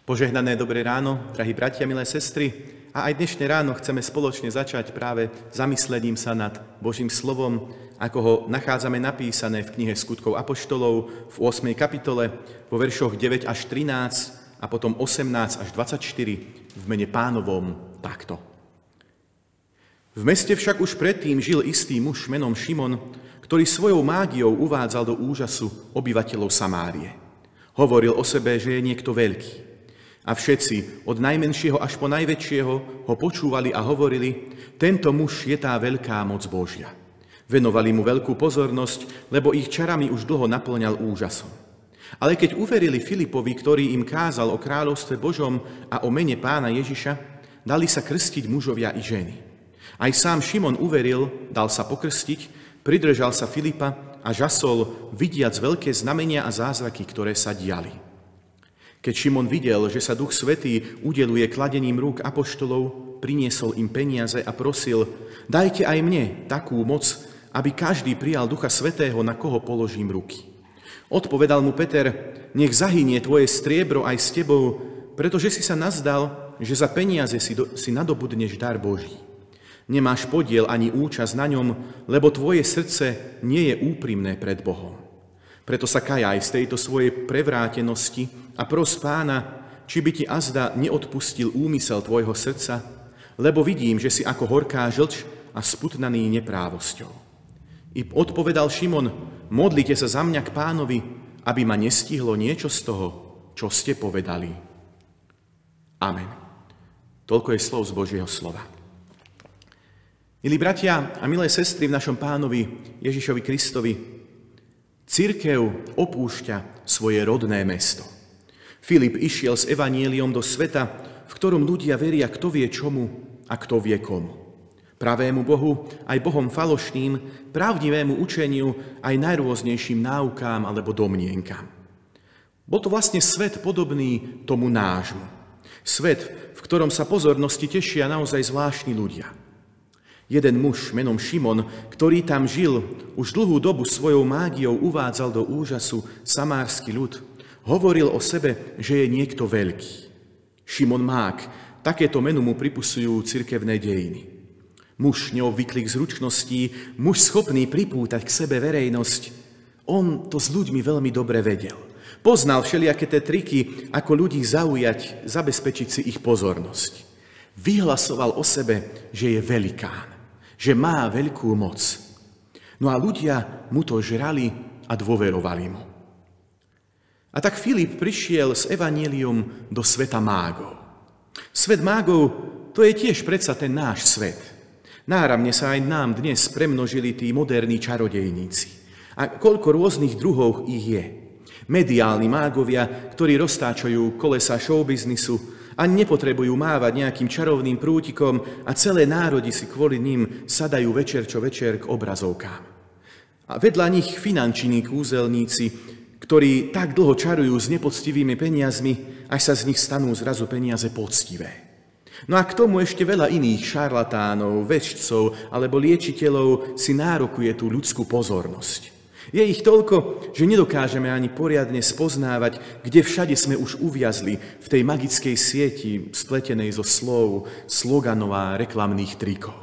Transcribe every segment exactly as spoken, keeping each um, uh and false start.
Požehnané dobré ráno, drahí bratia, milé sestry. A aj dnešné ráno chceme spoločne začať práve zamyslením sa nad Božím slovom, ako ho nachádzame napísané v knihe Skutkov apoštolov v ôsmej kapitole, vo veršoch deväť až trinásť a potom osemnásť až dvadsaťštyri v mene Pánovom takto. V meste však už predtým žil istý muž menom Šimon, ktorý svojou mágiou uvádzal do úžasu obyvateľov Samárie. Hovoril o sebe, že je niekto veľký. A všetci, od najmenšieho až po najväčšieho, ho počúvali a hovorili, tento muž je tá veľká moc Božia. Venovali mu veľkú pozornosť, lebo ich čarami už dlho naplňal úžasom. Ale keď uverili Filipovi, ktorý im kázal o kráľovstve Božom a o mene Pána Ježiša, dali sa krstiť mužovia i ženy. Aj sám Šimon uveril, dal sa pokrstiť, pridržal sa Filipa a žasol, vidiac veľké znamenia a zázraky, ktoré sa diali. Keď Šimon videl, že sa Duch Svätý udeluje kladením rúk apoštolov, priniesol im peniaze a prosil, dajte aj mne takú moc, aby každý prijal Ducha Svätého, na koho položím ruky. Odpovedal mu Peter, nech zahynie tvoje striebro aj s tebou, pretože si sa nazdal, že za peniaze si, do, si nadobudneš dar Boží. Nemáš podiel ani účasť na ňom, lebo tvoje srdce nie je úprimné pred Bohom. Preto sa kajaj z tejto svojej prevrátenosti a pros Pána, či by ti azda neodpustil úmysel tvojho srdca, lebo vidím, že si ako horká žlč a sputnaný neprávosťou. I odpovedal Šimon, modlite sa za mňa k Pánovi, aby ma nestihlo niečo z toho, čo ste povedali. Amen. Toľko je slov z Božieho slova. Milí bratia a milé sestry v našom Pánovi Ježišovi Kristovi, cirkev opúšťa svoje rodné mesto. Filip išiel s evanjeliom do sveta, v ktorom ľudia veria, kto vie čomu a kto vie komu. Pravému Bohu, aj Bohom falošným, pravdivému učeniu, aj najrôznejším náukám alebo domnienkam. Bol to vlastne svet podobný tomu nášmu. Svet, v ktorom sa pozornosti tešia naozaj zvláštni ľudia. Jeden muž menom Šimon, ktorý tam žil, už dlhú dobu svojou mágiou uvádzal do úžasu samársky ľud. Hovoril o sebe, že je niekto veľký. Šimon Mák, takéto meno mu pripisujú cirkevné dejiny. Muž neobvyklých zručností, muž schopný pripútať k sebe verejnosť. On to s ľuďmi veľmi dobre vedel. Poznal všelijaké tie triky, ako ľudí zaujať, zabezpečiť si ich pozornosť. Vyhlasoval o sebe, že je velikán, že má veľkú moc. No a ľudia mu to žrali a dôverovali mu. A tak Filip prišiel s evanjeliom do sveta mágov. Svet mágov, to je tiež predsa ten náš svet. Náramne sa aj nám dnes premnožili tí moderní čarodejníci. A koľko rôznych druhov ich je. Mediálni mágovia, ktorí roztáčajú kolesa showbiznisu a nepotrebujú mávať nejakým čarovným prútikom a celé národy si kvôli ním sadajú večer čo večer k obrazovkám. A vedľa nich finanční kúzelníci, ktorí tak dlho čarujú s nepoctivými peniazmi, až sa z nich stanú zrazu peniaze poctivé. No a k tomu ešte veľa iných šarlatánov, veščcov alebo liečiteľov si nárokuje tú ľudskú pozornosť. Je ich toľko, že nedokážeme ani poriadne spoznávať, kde všade sme už uviazli v tej magickej sieti spletenej zo slov, sloganov a reklamných trikov.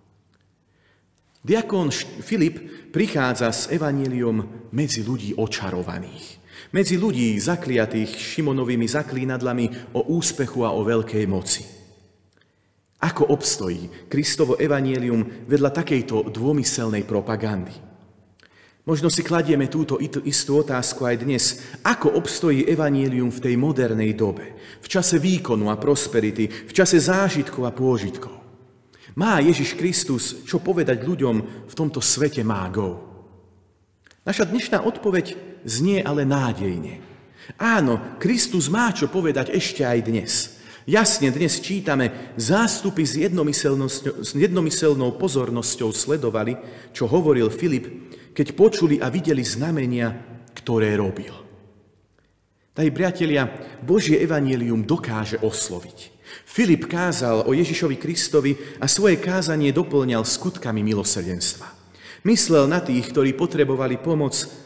Diakon Filip prichádza s evanjeliom medzi ľudí očarovaných, medzi ľudí zakliatých Šimonovými zaklínadlami o úspechu a o veľkej moci. Ako obstojí Kristovo evanjelium vedľa takejto dômyselnej propagandy? Možno si kladieme túto istú otázku aj dnes. Ako obstojí evanjelium v tej modernej dobe, v čase výkonu a prosperity, v čase zážitkov a pôžitkov? Má Ježiš Kristus čo povedať ľuďom v tomto svete mágov? Naša dnešná odpoveď znie ale nádejne. Áno, Kristus má čo povedať ešte aj dnes. Jasne dnes čítame, zástupy s jednomyselnou pozornosťou sledovali, čo hovoril Filip, keď počuli a videli znamenia, ktoré robil. Drahí priatelia, Božie evanjelium dokáže osloviť. Filip kázal o Ježišovi Kristovi a svoje kázanie doplňal skutkami milosrdenstva. Myslel na tých, ktorí potrebovali pomoc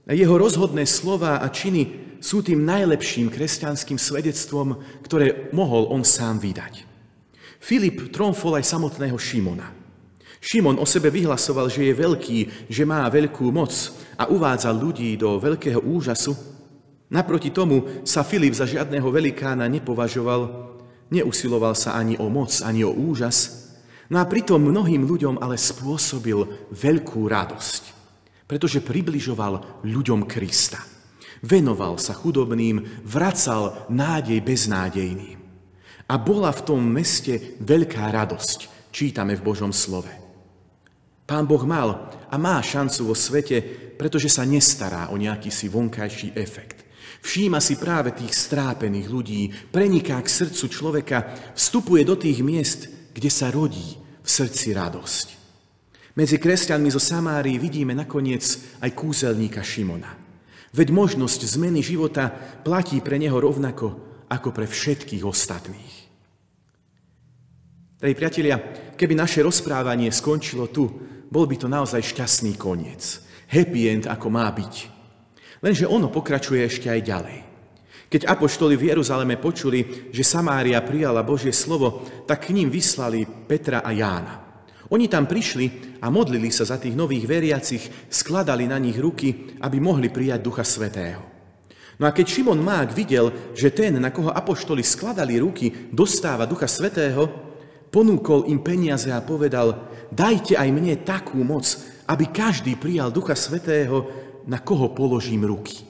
Jeho rozhodné slová a činy sú tým najlepším kresťanským svedectvom, ktoré mohol on sám vydať. Filip tromfol aj samotného Šimona. Šimon o sebe vyhlasoval, že je veľký, že má veľkú moc a uvádzal ľudí do veľkého úžasu. Naproti tomu sa Filip za žiadneho velikána nepovažoval, neusiloval sa ani o moc, ani o úžas, no a pritom mnohým ľuďom ale spôsobil veľkú radosť, pretože približoval ľuďom Krista. Venoval sa chudobným, vracal nádej beznádejným. A bola v tom meste veľká radosť, čítame v Božom slove. Pán Boh mal a má šancu vo svete, pretože sa nestará o nejaký si vonkajší efekt. Všíma si práve tých strápených ľudí, preniká k srdcu človeka, vstupuje do tých miest, kde sa rodí v srdci radosť. Medzi kresťanmi zo Samárii vidíme nakoniec aj kúzelníka Šimona. Veď možnosť zmeny života platí pre neho rovnako ako pre všetkých ostatných. Drahí priatelia, keby naše rozprávanie skončilo tu, bol by to naozaj šťastný koniec. Happy end, ako má byť. Lenže ono pokračuje ešte aj ďalej. Keď apoštoli v Jeruzaleme počuli, že Samária prijala Božie slovo, tak k ním vyslali Petra a Jána. Oni tam prišli a modlili sa za tých nových veriacich, skladali na nich ruky, aby mohli prijať Ducha Svätého. No a keď Šimon Mák videl, že ten, na koho apoštoli skladali ruky, dostáva Ducha Svätého, ponúkol im peniaze a povedal: dajte aj mne takú moc, aby každý prijal Ducha Svätého, na koho položím ruky.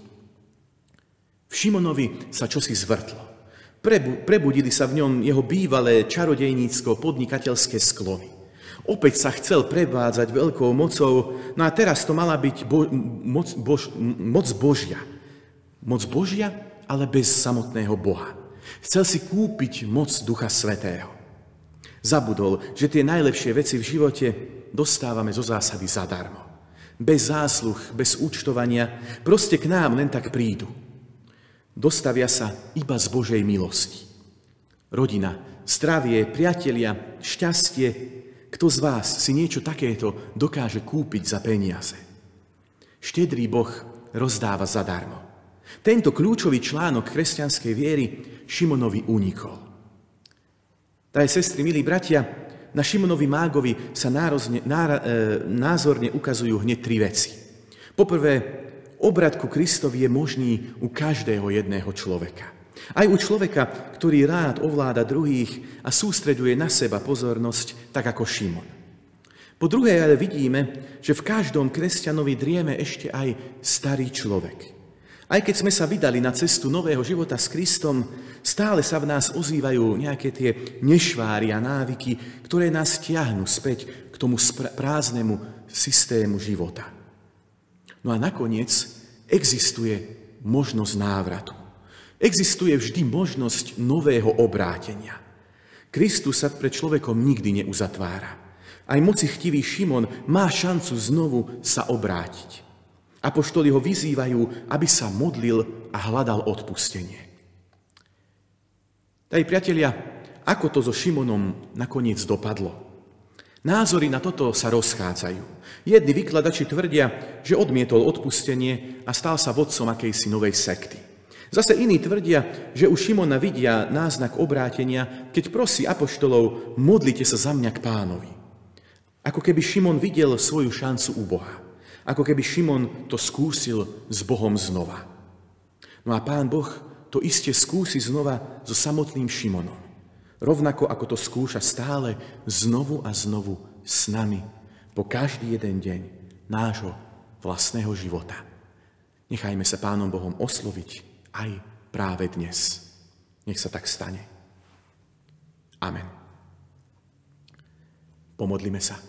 V Šimonovi sa čosi zvrtlo. Prebu- prebudili sa v ňom jeho bývalé čarodejnícko-podnikateľské sklony. Opäť sa chcel prevádzať veľkou mocou, no a teraz to mala byť bo- moc, bož- moc Božia. Moc Božia, ale bez samotného Boha. Chcel si kúpiť moc Ducha Svätého. Zabudol, že tie najlepšie veci v živote dostávame zo zásady zadarmo. Bez zásluh, bez účtovania, proste k nám len tak prídu. Dostavia sa iba z Božej milosti. Rodina, zdravie, priatelia, šťastie, kto z vás si niečo takéto dokáže kúpiť za peniaze? Štedrý Boh rozdáva zadarmo. Tento kľúčový článok kresťanskej viery Šimonovi unikol. Drahé sestry, milí bratia, na Šimonovi Mágovi sa nározne, nára, e, názorne ukazujú hneď tri veci. Poprvé, obrat ku Kristovi je možný u každého jedného človeka. Aj u človeka, ktorý rád ovláda druhých a sústreďuje na seba pozornosť, tak ako Šimon. Po druhé ale vidíme, že v každom kresťanovi drieme ešte aj starý človek. Aj keď sme sa vydali na cestu nového života s Kristom, stále sa v nás ozývajú nejaké tie nešváry a návyky, ktoré nás tiahnu späť k tomu prázdnemu systému života. No a nakoniec existuje možnosť návratu. Existuje vždy možnosť nového obrátenia. Kristus sa pred človekom nikdy neuzatvára. Aj mocichtivý Šimon má šancu znovu sa obrátiť. Apoštoli ho vyzývajú, aby sa modlil a hľadal odpustenie. Drahí priatelia, ako to so Šimonom nakoniec dopadlo? Názory na toto sa rozchádzajú. Jedni vykladači tvrdia, že odmietol odpustenie a stal sa vodcom akejsi novej sekty. Zase iní tvrdia, že u Šimona vidia náznak obrátenia, keď prosí apoštolov: modlite sa za mňa k Pánovi. Ako keby Šimon videl svoju šancu u Boha. Ako keby Šimon to skúsil s Bohom znova. No a Pán Boh to iste skúsi znova so samotným Šimonom. Rovnako ako to skúša stále znovu a znovu s nami po každý jeden deň nášho vlastného života. Nechajme sa Pánom Bohom osloviť aj práve dnes. Nech sa tak stane. Amen. Pomodlime sa.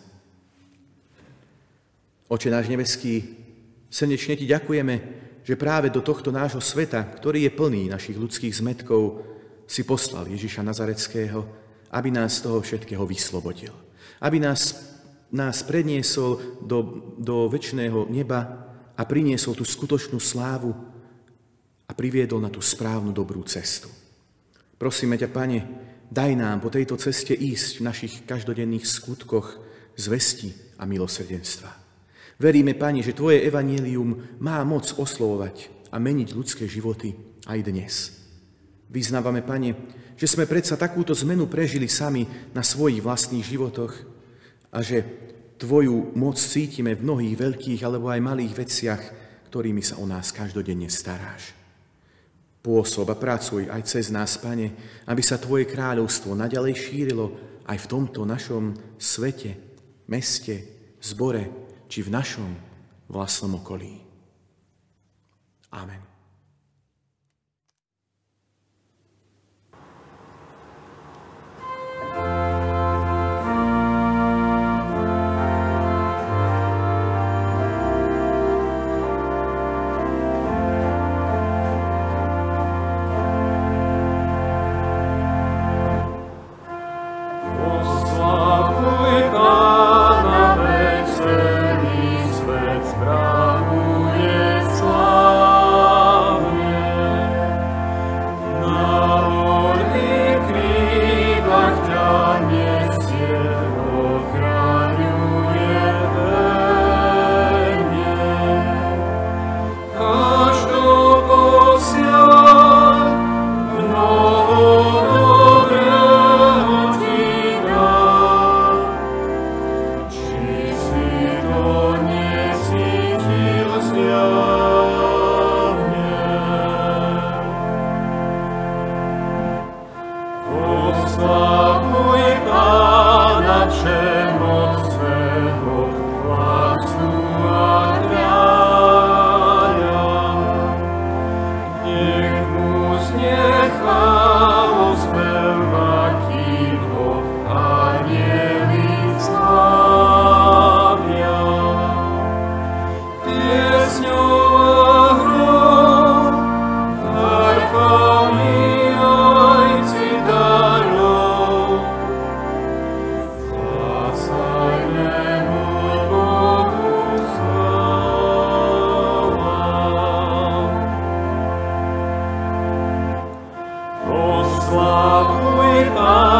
Oče náš nebeský, srdečne Ti ďakujeme, že práve do tohto nášho sveta, ktorý je plný našich ľudských zmätkov, si poslal Ježiša Nazaretského, aby nás z toho všetkého vyslobodil. Aby nás, nás predniesol do, do večného neba a priniesol tú skutočnú slávu a priviedol na tú správnu dobrú cestu. Prosíme ťa, Pane, daj nám po tejto ceste ísť v našich každodenných skutkoch zvesti a milosrdenstva. Veríme, Pane, že Tvoje evanjelium má moc oslovovať a meniť ľudské životy aj dnes. Vyznávame, Pane, že sme predsa takúto zmenu prežili sami na svojich vlastných životoch a že Tvoju moc cítime v mnohých veľkých alebo aj malých veciach, ktorými sa o nás každodenne staráš. Pôsob a pracuj aj cez nás, Pane, aby sa Tvoje kráľovstvo naďalej šírilo aj v tomto našom svete, meste, zbore či v našom vlastnom okolí. Amen. Oslavuj Pána.